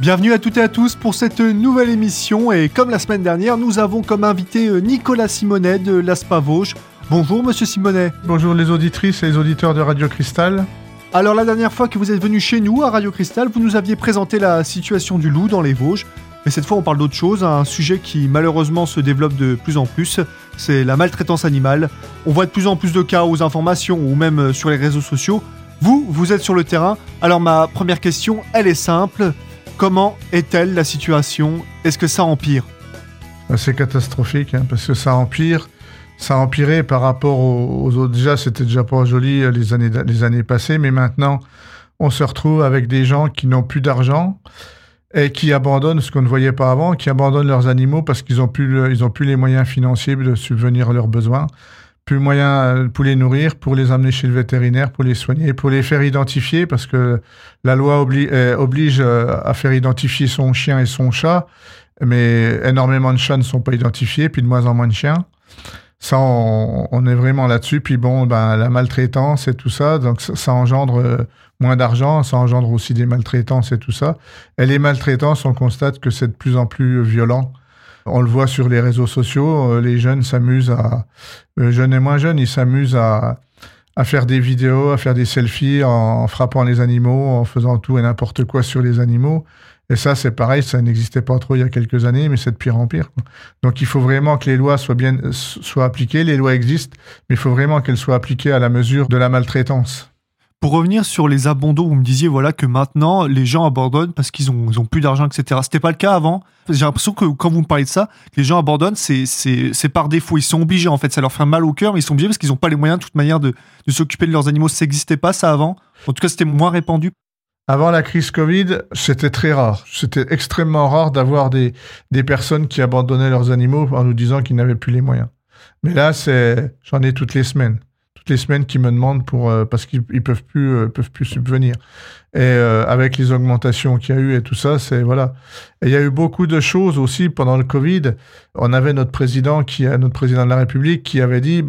Bienvenue à toutes et à tous pour cette nouvelle émission et comme la semaine dernière, nous avons comme invité Nicolas Simonet de l'ASPA Vosges. Bonjour Monsieur Simonet. Bonjour les auditrices et les auditeurs de Radio Cristal. Alors la dernière fois que vous êtes venu chez nous à Radio Cristal, vous nous aviez présenté la situation du loup dans les Vosges. Mais cette fois on parle d'autre chose, un sujet qui malheureusement se développe de plus en plus, c'est la maltraitance animale. On voit de plus en plus de cas aux informations ou même sur les réseaux sociaux. Vous êtes sur le terrain, alors ma première question, elle est simple. Comment est-elle la situation ? Est-ce que ça empire ? C'est catastrophique, parce que ça empire. Ça a empiré par rapport aux autres. Déjà, c'était déjà pas joli les années passées, mais maintenant, on se retrouve avec des gens qui n'ont plus d'argent et qui abandonnent ce qu'on ne voyait pas avant, qui abandonnent leurs animaux parce qu'ils n'ont plus les moyens financiers de subvenir à leurs besoins. Plus moyen pour les nourrir, pour les amener chez le vétérinaire, pour les soigner, pour les faire identifier, parce que la loi oblige à faire identifier son chien et son chat, mais énormément de chats ne sont pas identifiés, puis de moins en moins de chiens. Ça, on est vraiment là-dessus. Puis bon, la maltraitance et tout ça, donc ça engendre moins d'argent, ça engendre aussi des maltraitances et tout ça. Et les maltraitances, on constate que c'est de plus en plus violent. On le voit sur les réseaux sociaux, les jeunes s'amusent jeunes et moins jeunes, ils s'amusent à faire des vidéos, à faire des selfies en frappant les animaux, en faisant tout et n'importe quoi sur les animaux. Et ça, c'est pareil, ça n'existait pas trop il y a quelques années, mais c'est de pire en pire. Donc il faut vraiment que les lois soient appliquées. Les lois existent, mais il faut vraiment qu'elles soient appliquées à la mesure de la maltraitance. Pour revenir sur les abandons, vous me disiez que maintenant, les gens abandonnent parce qu'ils ont plus d'argent, etc. C'était pas le cas avant. J'ai l'impression que quand vous me parlez de ça, les gens abandonnent, c'est par défaut. Ils sont obligés, en fait. Ça leur fait mal au cœur, mais ils sont obligés parce qu'ils n'ont pas les moyens, de toute manière, de s'occuper de leurs animaux. Ça n'existait pas, ça, avant. En tout cas, c'était moins répandu. Avant la crise Covid, c'était très rare. C'était extrêmement rare d'avoir des personnes qui abandonnaient leurs animaux en nous disant qu'ils n'avaient plus les moyens. Mais là, j'en ai toutes les semaines. Toutes les semaines qui me demandent parce qu'ils peuvent plus subvenir. Et avec les augmentations qu'il y a eu et tout ça, voilà. Et il y a eu beaucoup de choses aussi pendant le Covid. On avait notre président de la République qui avait dit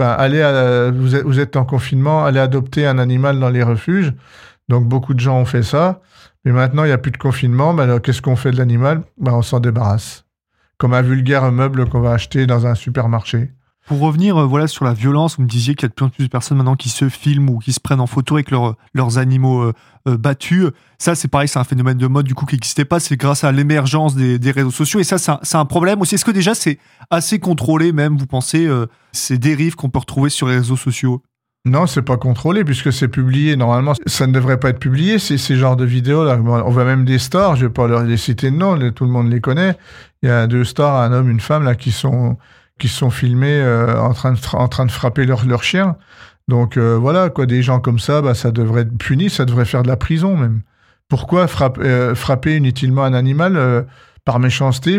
vous êtes en confinement, allez adopter un animal dans les refuges. Donc beaucoup de gens ont fait ça. Mais maintenant, il n'y a plus de confinement. Alors, qu'est-ce qu'on fait de l'animal ? On s'en débarrasse. Comme un vulgaire meuble qu'on va acheter dans un supermarché. Pour revenir sur la violence, vous me disiez qu'il y a de plus en plus de personnes maintenant qui se filment ou qui se prennent en photo avec leurs animaux battus. Ça, c'est pareil, c'est un phénomène de mode du coup qui n'existait pas. C'est grâce à l'émergence des réseaux sociaux. Et ça, c'est un problème aussi. Est-ce que déjà, c'est assez contrôlé même, vous pensez, ces dérives qu'on peut retrouver sur les réseaux sociaux ? Non, c'est pas contrôlé puisque c'est publié. Normalement, ça ne devrait pas être publié. C'est ces genres de vidéos-là. On voit même des stars. Je vais pas les citer de nom. Tout le monde les connaît. Il y a 2 stars, un homme, une femme, là, qui sont filmés en train de frapper leur chien. Donc voilà, quoi, des gens comme ça, ça devrait être puni, ça devrait faire de la prison même. Pourquoi frapper inutilement un animal par méchanceté,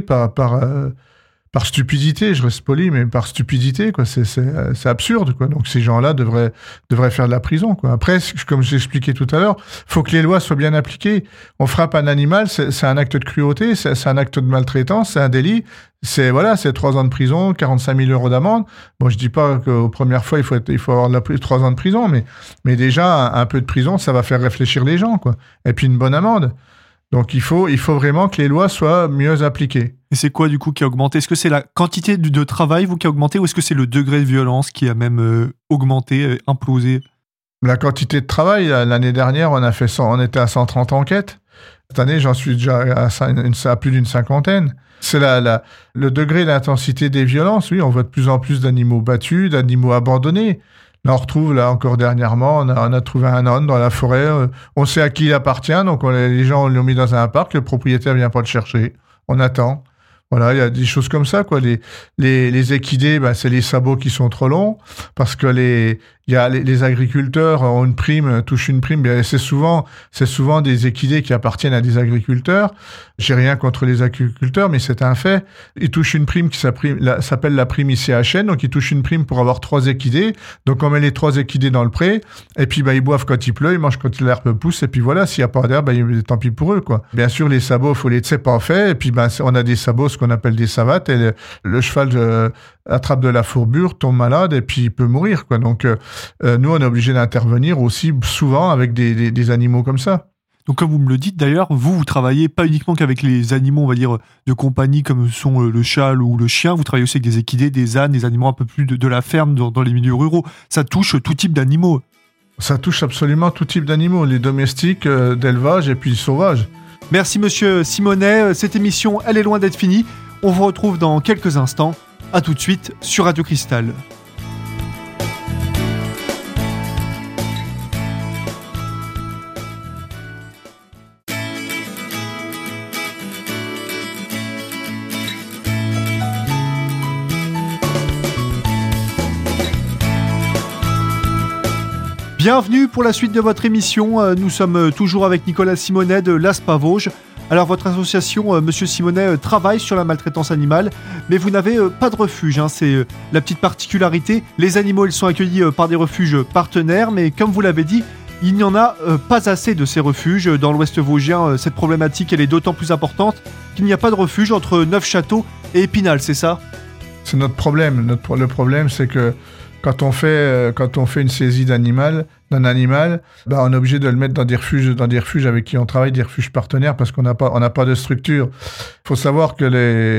par stupidité, je reste poli, mais par stupidité, quoi, c'est absurde, quoi. Donc ces gens-là devraient faire de la prison, quoi. Après, comme j'expliquais tout à l'heure, faut que les lois soient bien appliquées. On frappe un animal, c'est un acte de cruauté, c'est un acte de maltraitance, c'est un délit. C'est 3 ans de prison, 45 000 € d'amende. Bon, je dis pas qu'aux premières fois, il faut avoir 3 ans de prison, mais déjà, un peu de prison, ça va faire réfléchir les gens, quoi. Et puis une bonne amende. Donc il faut vraiment que les lois soient mieux appliquées. Et c'est quoi du coup qui a augmenté ? Est-ce que c'est la quantité de travail qui a augmenté ou est-ce que c'est le degré de violence qui a même augmenté, implosé ? La quantité de travail, l'année dernière, on était à 130 enquêtes. Cette année, j'en suis déjà à plus d'une 50aine. C'est le degré d'intensité des violences, oui, on voit de plus en plus d'animaux battus, d'animaux abandonnés. Là, on retrouve, encore dernièrement, on a trouvé un âne dans la forêt. On sait à qui il appartient, donc les gens l'ont mis dans un parc, le propriétaire vient pas le chercher. On attend. Voilà, il y a des choses comme ça, quoi. Les équidés, c'est les sabots qui sont trop longs, parce que les agriculteurs ont une prime, touchent une prime. C'est souvent des équidés qui appartiennent à des agriculteurs. J'ai rien contre les agriculteurs, mais c'est un fait. Ils touchent une prime qui s'appelle la prime ICHN, donc ils touchent une prime pour avoir 3 équidés. Donc on met les 3 équidés dans le pré, et puis ils boivent quand il pleut, ils mangent quand l'herbe pousse, et puis voilà, s'il n'y a pas d'herbe, tant pis pour eux, quoi. Bien sûr, les sabots, c'est pas fait, et puis on a des sabots, ce qu'on appelle des savates, et le cheval attrape de la fourbure, tombe malade, et puis il peut mourir, quoi. Donc nous, on est obligé d'intervenir aussi souvent avec des animaux comme ça. Donc comme vous me le dites d'ailleurs, vous travaillez pas uniquement qu'avec les animaux, on va dire, de compagnie comme sont le chat ou le chien, vous travaillez aussi avec des équidés, des ânes, des animaux un peu plus de la ferme dans les milieux ruraux. Ça touche tout type d'animaux. Ça touche absolument tout type d'animaux, les domestiques, d'élevage et puis sauvages. Merci monsieur Simonet, cette émission elle est loin d'être finie. On vous retrouve dans quelques instants. A tout de suite sur Radio Cristal. Bienvenue pour la suite de votre émission. Nous sommes toujours avec Nicolas Simonet de l'ASPA Vosges. Alors votre association, Monsieur Simonet, travaille sur la maltraitance animale, mais vous n'avez pas de refuge. C'est la petite particularité. Les animaux, ils sont accueillis par des refuges partenaires, mais comme vous l'avez dit, il n'y en a pas assez de ces refuges. Dans l'Ouest vosgien, cette problématique, elle est d'autant plus importante qu'il n'y a pas de refuge entre Neufchâteau et Épinal, c'est ça ? C'est notre problème. Le problème, c'est que quand on fait une saisie d'un animal, on est obligé de le mettre dans des refuges avec qui on travaille, des refuges partenaires, parce qu'on n'a pas de structure. Il faut savoir que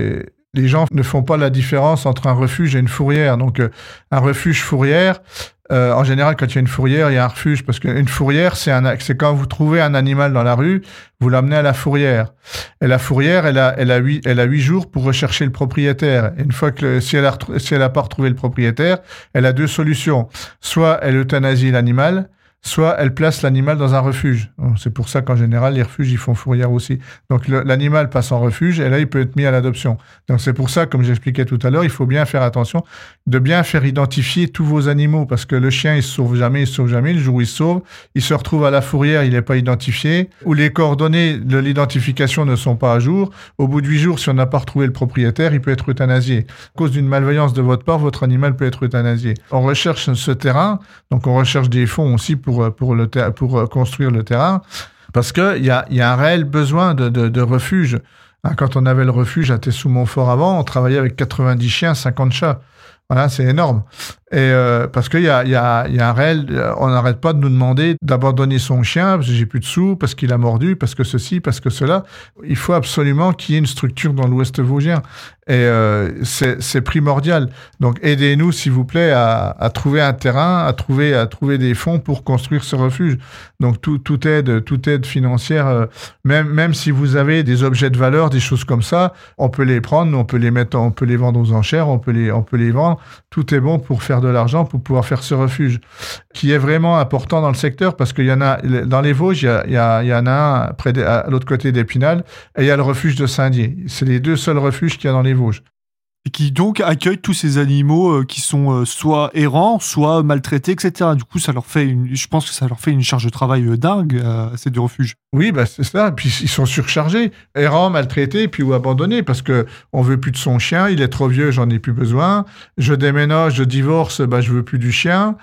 les gens ne font pas la différence entre un refuge et une fourrière. Donc, un refuge fourrière, en général, quand il y a une fourrière, il y a un refuge, parce qu'une fourrière, c'est quand vous trouvez un animal dans la rue, vous l'amenez à la fourrière. Et la fourrière, elle a 8 jours pour rechercher le propriétaire. Et une fois que, si elle a pas retrouvé le propriétaire, elle a 2 solutions. Soit elle euthanasie l'animal, soit elle place l'animal dans un refuge. C'est pour ça qu'en général, les refuges, ils font fourrière aussi. Donc l'animal passe en refuge et là, il peut être mis à l'adoption. Donc c'est pour ça, comme j'expliquais tout à l'heure, il faut bien faire attention de bien faire identifier tous vos animaux, parce que le chien, il se sauve jamais. Le jour où il se sauve, il se retrouve à la fourrière, il n'est pas identifié, ou les coordonnées de l'identification ne sont pas à jour. Au bout de 8 jours, si on n'a pas retrouvé le propriétaire, il peut être euthanasié. À cause d'une malveillance de votre part, votre animal peut être euthanasié. On recherche ce terrain, donc on recherche des fonds aussi pour construire le terrain, parce qu'il y a un réel besoin de refuge. Quand on avait le refuge à Tessou-Montfort avant, on travaillait avec 90 chiens, 50 chats. Voilà, c'est énorme. Et parce qu'il y a un réel, on n'arrête pas de nous demander d'abandonner son chien parce que j'ai plus de sous, parce qu'il a mordu, parce que ceci, parce que cela. Il faut absolument qu'il y ait une structure dans l'Ouest vosgien. Et c'est primordial. Donc aidez-nous, s'il vous plaît, à trouver un terrain, à trouver des fonds pour construire ce refuge. Donc toute aide financière, même si vous avez des objets de valeur, des choses comme ça, on peut les prendre, on peut les vendre aux enchères, on peut les vendre. Tout est bon pour faire de l'argent, pour pouvoir faire ce refuge, qui est vraiment important dans le secteur, parce qu'il y en a, dans les Vosges, il y en a un à l'autre côté d'Épinal, et il y a le refuge de Saint-Dié. C'est les 2 seuls refuges qu'il y a dans les Vosges. Et qui donc accueillent tous ces animaux qui sont soit errants, soit maltraités, etc. Du coup, je pense que ça leur fait une charge de travail dingue, ces 2 refuges. Oui, c'est ça. Puis ils sont surchargés, errants, maltraités, puis ou abandonnés, parce que on veut plus de son chien, il est trop vieux, j'en ai plus besoin. Je déménage, je divorce, je veux plus du chien.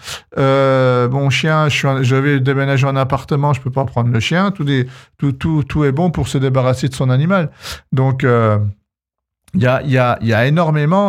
Mon chien, je vais déménager en appartement, je peux pas prendre le chien. Tout est bon pour se débarrasser de son animal. Donc il y a énormément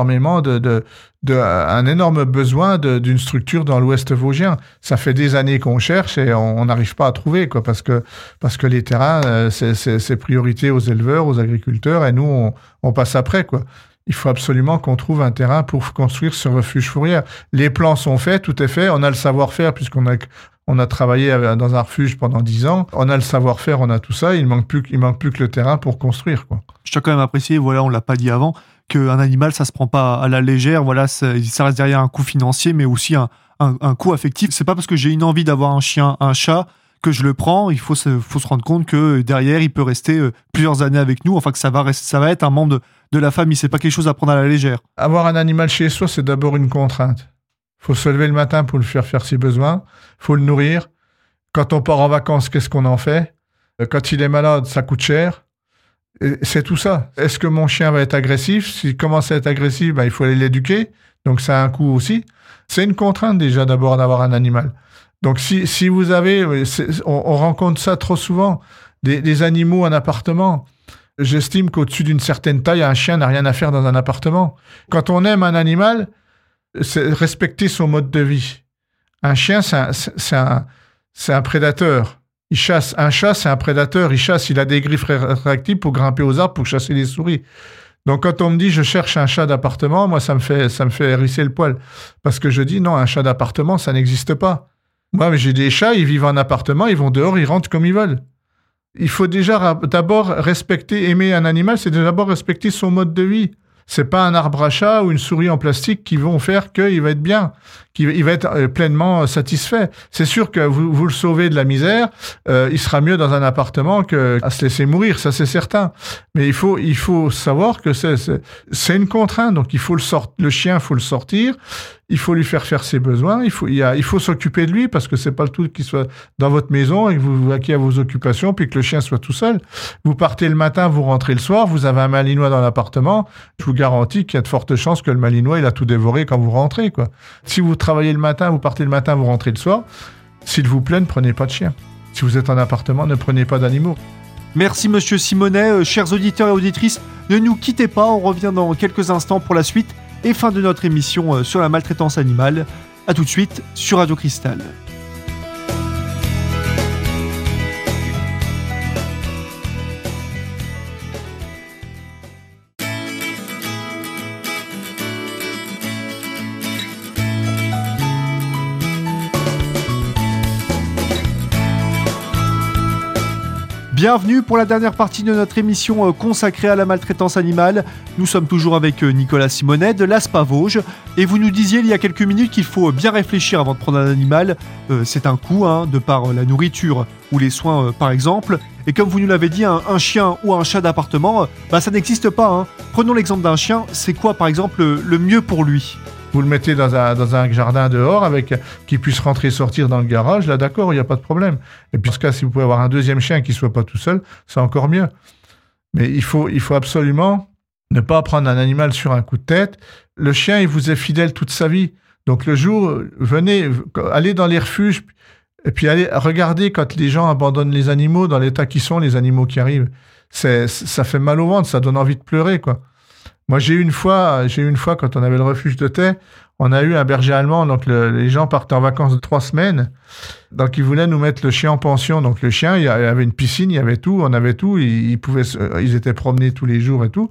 un énorme besoin d'une structure dans l'Ouest vosgien. Ça fait des années qu'on cherche et on n'arrive pas à trouver, quoi, parce que les terrains, c'est priorité aux éleveurs, aux agriculteurs, et nous, on passe après, quoi. Il faut absolument qu'on trouve un terrain pour construire ce refuge fourrière. Les plans sont faits, tout est fait, on a le savoir-faire puisqu'on a travaillé dans un refuge pendant 10 ans. On a le savoir-faire, on a tout ça. Il manque plus que le terrain pour construire, quoi. Je tiens quand même à préciser, voilà, on l'a pas dit avant, qu'un animal, ça se prend pas à la légère. Voilà, ça reste derrière un coût financier, mais aussi un coût affectif. C'est pas parce que j'ai une envie d'avoir un chien, un chat, que je le prends. Il faut se rendre compte que derrière, il peut rester plusieurs années avec nous. Enfin, que ça va être un membre de la famille. C'est pas quelque chose à prendre à la légère. Avoir un animal chez soi, c'est d'abord une contrainte. Faut se lever le matin pour le faire ses besoins. Faut le nourrir. Quand on part en vacances, qu'est-ce qu'on en fait? Quand il est malade, ça coûte cher. Et c'est tout ça. Est-ce que mon chien va être agressif? S'il commence à être agressif, il faut aller l'éduquer. Donc ça a un coût aussi. C'est une contrainte déjà d'abord d'avoir un animal. Donc si vous avez... On rencontre ça trop souvent. Des animaux en appartement. J'estime qu'au-dessus d'une certaine taille, un chien n'a rien à faire dans un appartement. Quand on aime un animal, c'est respecter son mode de vie. Un chien, c'est un prédateur. Il chasse. Un chat, c'est un prédateur. Il chasse, il a des griffes réactives pour grimper aux arbres, pour chasser les souris. Donc, quand on me dit je cherche un chat d'appartement, moi, ça me fait hérisser le poil. Parce que je dis non, un chat d'appartement, ça n'existe pas. Moi, j'ai des chats, ils vivent en appartement, ils vont dehors, ils rentrent comme ils veulent. Il faut déjà d'abord respecter, aimer un animal, c'est d'abord respecter son mode de vie. C'est pas un arbre à chat ou une souris en plastique qui vont faire qu'il va être bien, qu'il va être pleinement satisfait. C'est sûr que vous le sauvez de la misère, il sera mieux dans un appartement que à se laisser mourir, ça c'est certain. Mais il faut savoir que c'est une contrainte, donc le chien, faut le sortir, il faut lui faire ses besoins, il faut s'occuper de lui parce que c'est pas le tout qu'il soit dans votre maison et que vous vaquiez à vos occupations puis que le chien soit tout seul. Vous partez le matin, vous rentrez le soir, vous avez un malinois dans l'appartement, je vous garantis qu'il y a de fortes chances que le malinois, il a tout dévoré quand vous rentrez, quoi. Si vous travaillez le matin, vous partez le matin, vous rentrez le soir, s'il vous plaît, ne prenez pas de chien. Si vous êtes en appartement, ne prenez pas d'animaux. Merci Monsieur Simonet. Chers auditeurs et auditrices, ne nous quittez pas, on revient dans quelques instants pour la suite et fin de notre émission sur la maltraitance animale. A tout de suite sur Radio Cristal. Bienvenue pour la dernière partie de notre émission consacrée à la maltraitance animale. Nous sommes toujours avec Nicolas Simonet de l'ASPA Vosges. Et vous nous disiez il y a quelques minutes qu'il faut bien réfléchir avant de prendre un animal. C'est un coût, de par la nourriture ou les soins par exemple. Et comme vous nous l'avez dit, un chien ou un chat d'appartement, ça n'existe pas. Prenons l'exemple d'un chien. C'est quoi par exemple le mieux pour lui ? Vous le mettez dans un jardin dehors qui puisse rentrer et sortir dans le garage, là d'accord, il n'y a pas de problème. Et puis en ce cas, si vous pouvez avoir un deuxième chien qui ne soit pas tout seul, c'est encore mieux. Mais il faut absolument ne pas prendre un animal sur un coup de tête. Le chien, il vous est fidèle toute sa vie. Donc le jour, allez dans les refuges et puis allez regarder quand les gens abandonnent les animaux dans l'état qu'ils sont, les animaux qui arrivent. Ça fait mal au ventre, ça donne envie de pleurer, quoi. Moi, j'ai eu une fois, quand on avait le refuge de Tay, on a eu un berger allemand, donc les gens partaient en vacances de 3 semaines, donc ils voulaient nous mettre le chien en pension. Donc le chien, il y avait une piscine, il y avait tout, on avait tout, ils étaient promenés tous les jours et tout.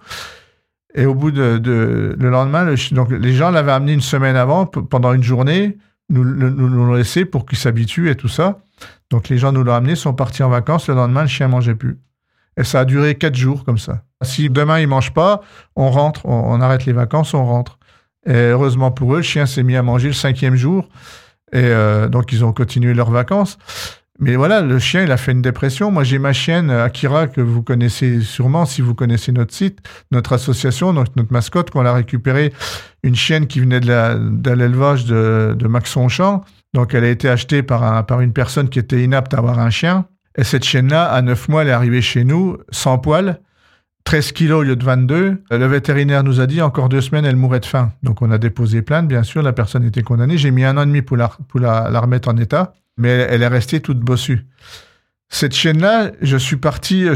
Et au bout le lendemain, donc les gens l'avaient amené une semaine avant, pendant une journée, nous l'ont laissé pour qu'il s'habitue et tout ça. Donc les gens nous l'ont amené, sont partis en vacances, le lendemain, le chien mangeait plus. Et ça a duré 4 jours comme ça. Si demain, il ne mange pas, on rentre, on arrête les vacances, on rentre. Et heureusement pour eux, le chien s'est mis à manger le 5e jour. Et donc, ils ont continué leurs vacances. Mais voilà, le chien, il a fait une dépression. Moi, j'ai ma chienne, Akira, que vous connaissez sûrement si vous connaissez notre site, notre association, donc notre mascotte, qu'on a récupérée. Une chienne qui venait de l'élevage de Maxon-Champ. Donc, elle a été achetée par une personne qui était inapte à avoir un chien. Et cette chienne-là, à 9 mois, elle est arrivée chez nous, sans poil, 13 kilos au lieu de 22. Le vétérinaire nous a dit, encore 2 semaines, elle mourrait de faim. Donc, on a déposé plainte, bien sûr, la personne était condamnée. J'ai mis 1 an et demi pour la remettre en état, mais elle est restée toute bossue. Cette chienne-là, je suis parti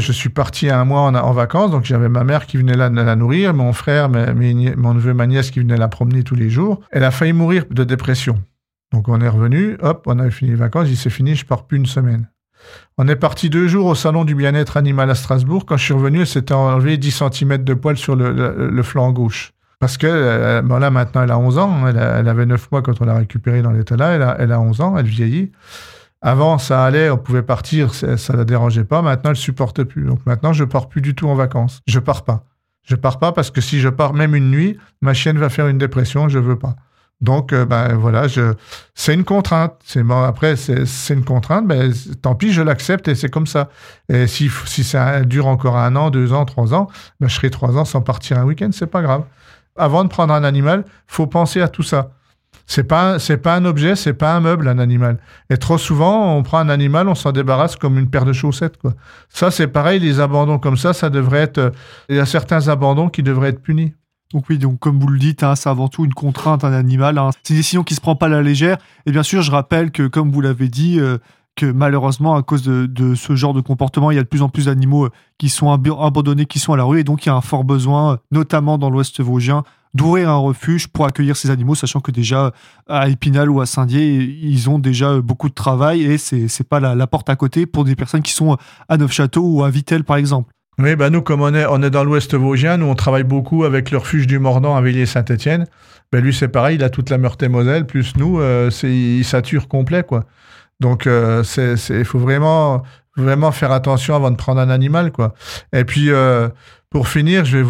1 mois en vacances, donc j'avais ma mère qui venait la nourrir, mon frère, mon neveu, ma nièce qui venait la promener tous les jours. Elle a failli mourir de dépression. Donc, on est revenu, hop, on avait fini les vacances, il c'est fini, je pars plus 1 semaine. On est parti 2 jours au salon du bien-être animal à Strasbourg. Quand je suis revenu, elle s'était enlevé 10 cm de poils sur le flanc gauche. Parce que là, maintenant, elle a 11 ans. Elle avait 9 mois quand on l'a récupérée dans l'état-là. Elle a 11 ans, elle vieillit. Avant, ça allait, on pouvait partir, ça ne la dérangeait pas. Maintenant, elle ne supporte plus. Donc maintenant, je ne pars plus du tout en vacances. Je ne pars pas. Je ne pars pas parce que si je pars même une nuit, ma chienne va faire une dépression, je ne veux pas. Donc, voilà, c'est une contrainte. Après, c'est une contrainte, tant pis, je l'accepte et c'est comme ça. Et si ça dure encore 1 an, 2 ans, 3 ans, je serai 3 ans sans partir un week-end, c'est pas grave. Avant de prendre un animal, faut penser à tout ça. C'est pas un objet, c'est pas un meuble, un animal. Et trop souvent, on prend un animal, on s'en débarrasse comme une paire de chaussettes, quoi. Ça, c'est pareil, les abandons comme ça devrait être... Il y a certains abandons qui devraient être punis. Donc oui, donc comme vous le dites, c'est avant tout une contrainte, un animal. C'est une décision qui ne se prend pas à la légère. Et bien sûr, je rappelle que, comme vous l'avez dit, que malheureusement, à cause de ce genre de comportement, il y a de plus en plus d'animaux qui sont abandonnés, qui sont à la rue. Et donc, il y a un fort besoin, notamment dans l'Ouest vosgien, d'ouvrir un refuge pour accueillir ces animaux, sachant que déjà à Épinal ou à Saint-Dié, ils ont déjà beaucoup de travail et c'est pas la porte à côté pour des personnes qui sont à Neufchâteau ou à Vittel par exemple. Oui, nous, comme on est dans l'Ouest vosgien, nous, on travaille beaucoup avec le refuge du Mordant à Villiers-Saint-Étienne. Lui, c'est pareil, il a toute la Meurthe-et-Moselle, plus nous, il sature complet, quoi. Donc, il faut vraiment faire attention avant de prendre un animal, quoi. Et puis, pour finir, je vais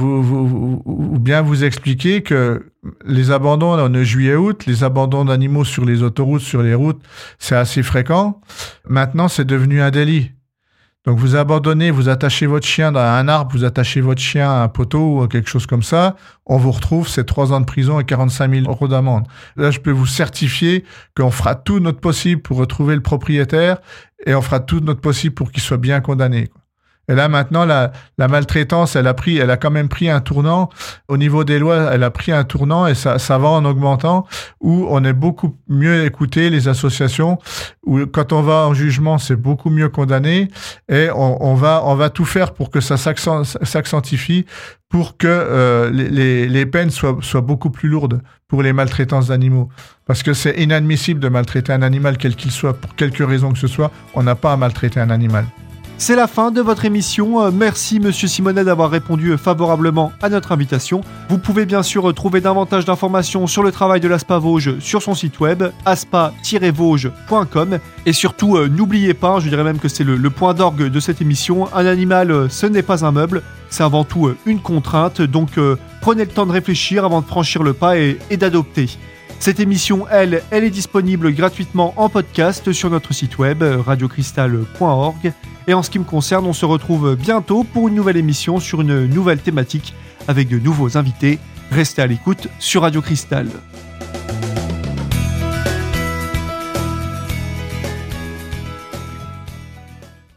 vous expliquer que les abandons en juillet-août, les abandons d'animaux sur les autoroutes, sur les routes, c'est assez fréquent. Maintenant, c'est devenu un délit. Donc, vous abandonnez, vous attachez votre chien à un arbre, vous attachez votre chien à un poteau ou quelque chose comme ça, on vous retrouve, c'est 3 ans de prison et 45 000 € d'amende. Là, je peux vous certifier qu'on fera tout notre possible pour retrouver le propriétaire et on fera tout notre possible pour qu'il soit bien condamné, quoi. Et là, maintenant, la maltraitance, elle a quand même pris un tournant. Au niveau des lois, elle a pris un tournant et ça va en augmentant, où on est beaucoup mieux écouté, les associations, où quand on va en jugement, c'est beaucoup mieux condamné et on va tout faire pour que ça s'accentufie, pour que les peines soient beaucoup plus lourdes pour les maltraitances d'animaux. Parce que c'est inadmissible de maltraiter un animal, quel qu'il soit, pour quelque raison que ce soit. On n'a pas à maltraiter un animal. C'est la fin de votre émission. Merci Monsieur Simonet d'avoir répondu favorablement à notre invitation. Vous pouvez bien sûr trouver davantage d'informations sur le travail de l'ASPA Vosges sur son site web aspa-vosges.com. Et surtout, n'oubliez pas, je dirais même que c'est le point d'orgue de cette émission, un animal, ce n'est pas un meuble, c'est avant tout une contrainte. Donc prenez le temps de réfléchir avant de franchir le pas et d'adopter. Cette émission, elle est disponible gratuitement en podcast sur notre site web radiocristal.org. Et en ce qui me concerne, on se retrouve bientôt pour une nouvelle émission sur une nouvelle thématique avec de nouveaux invités. Restez à l'écoute sur Radio Cristal.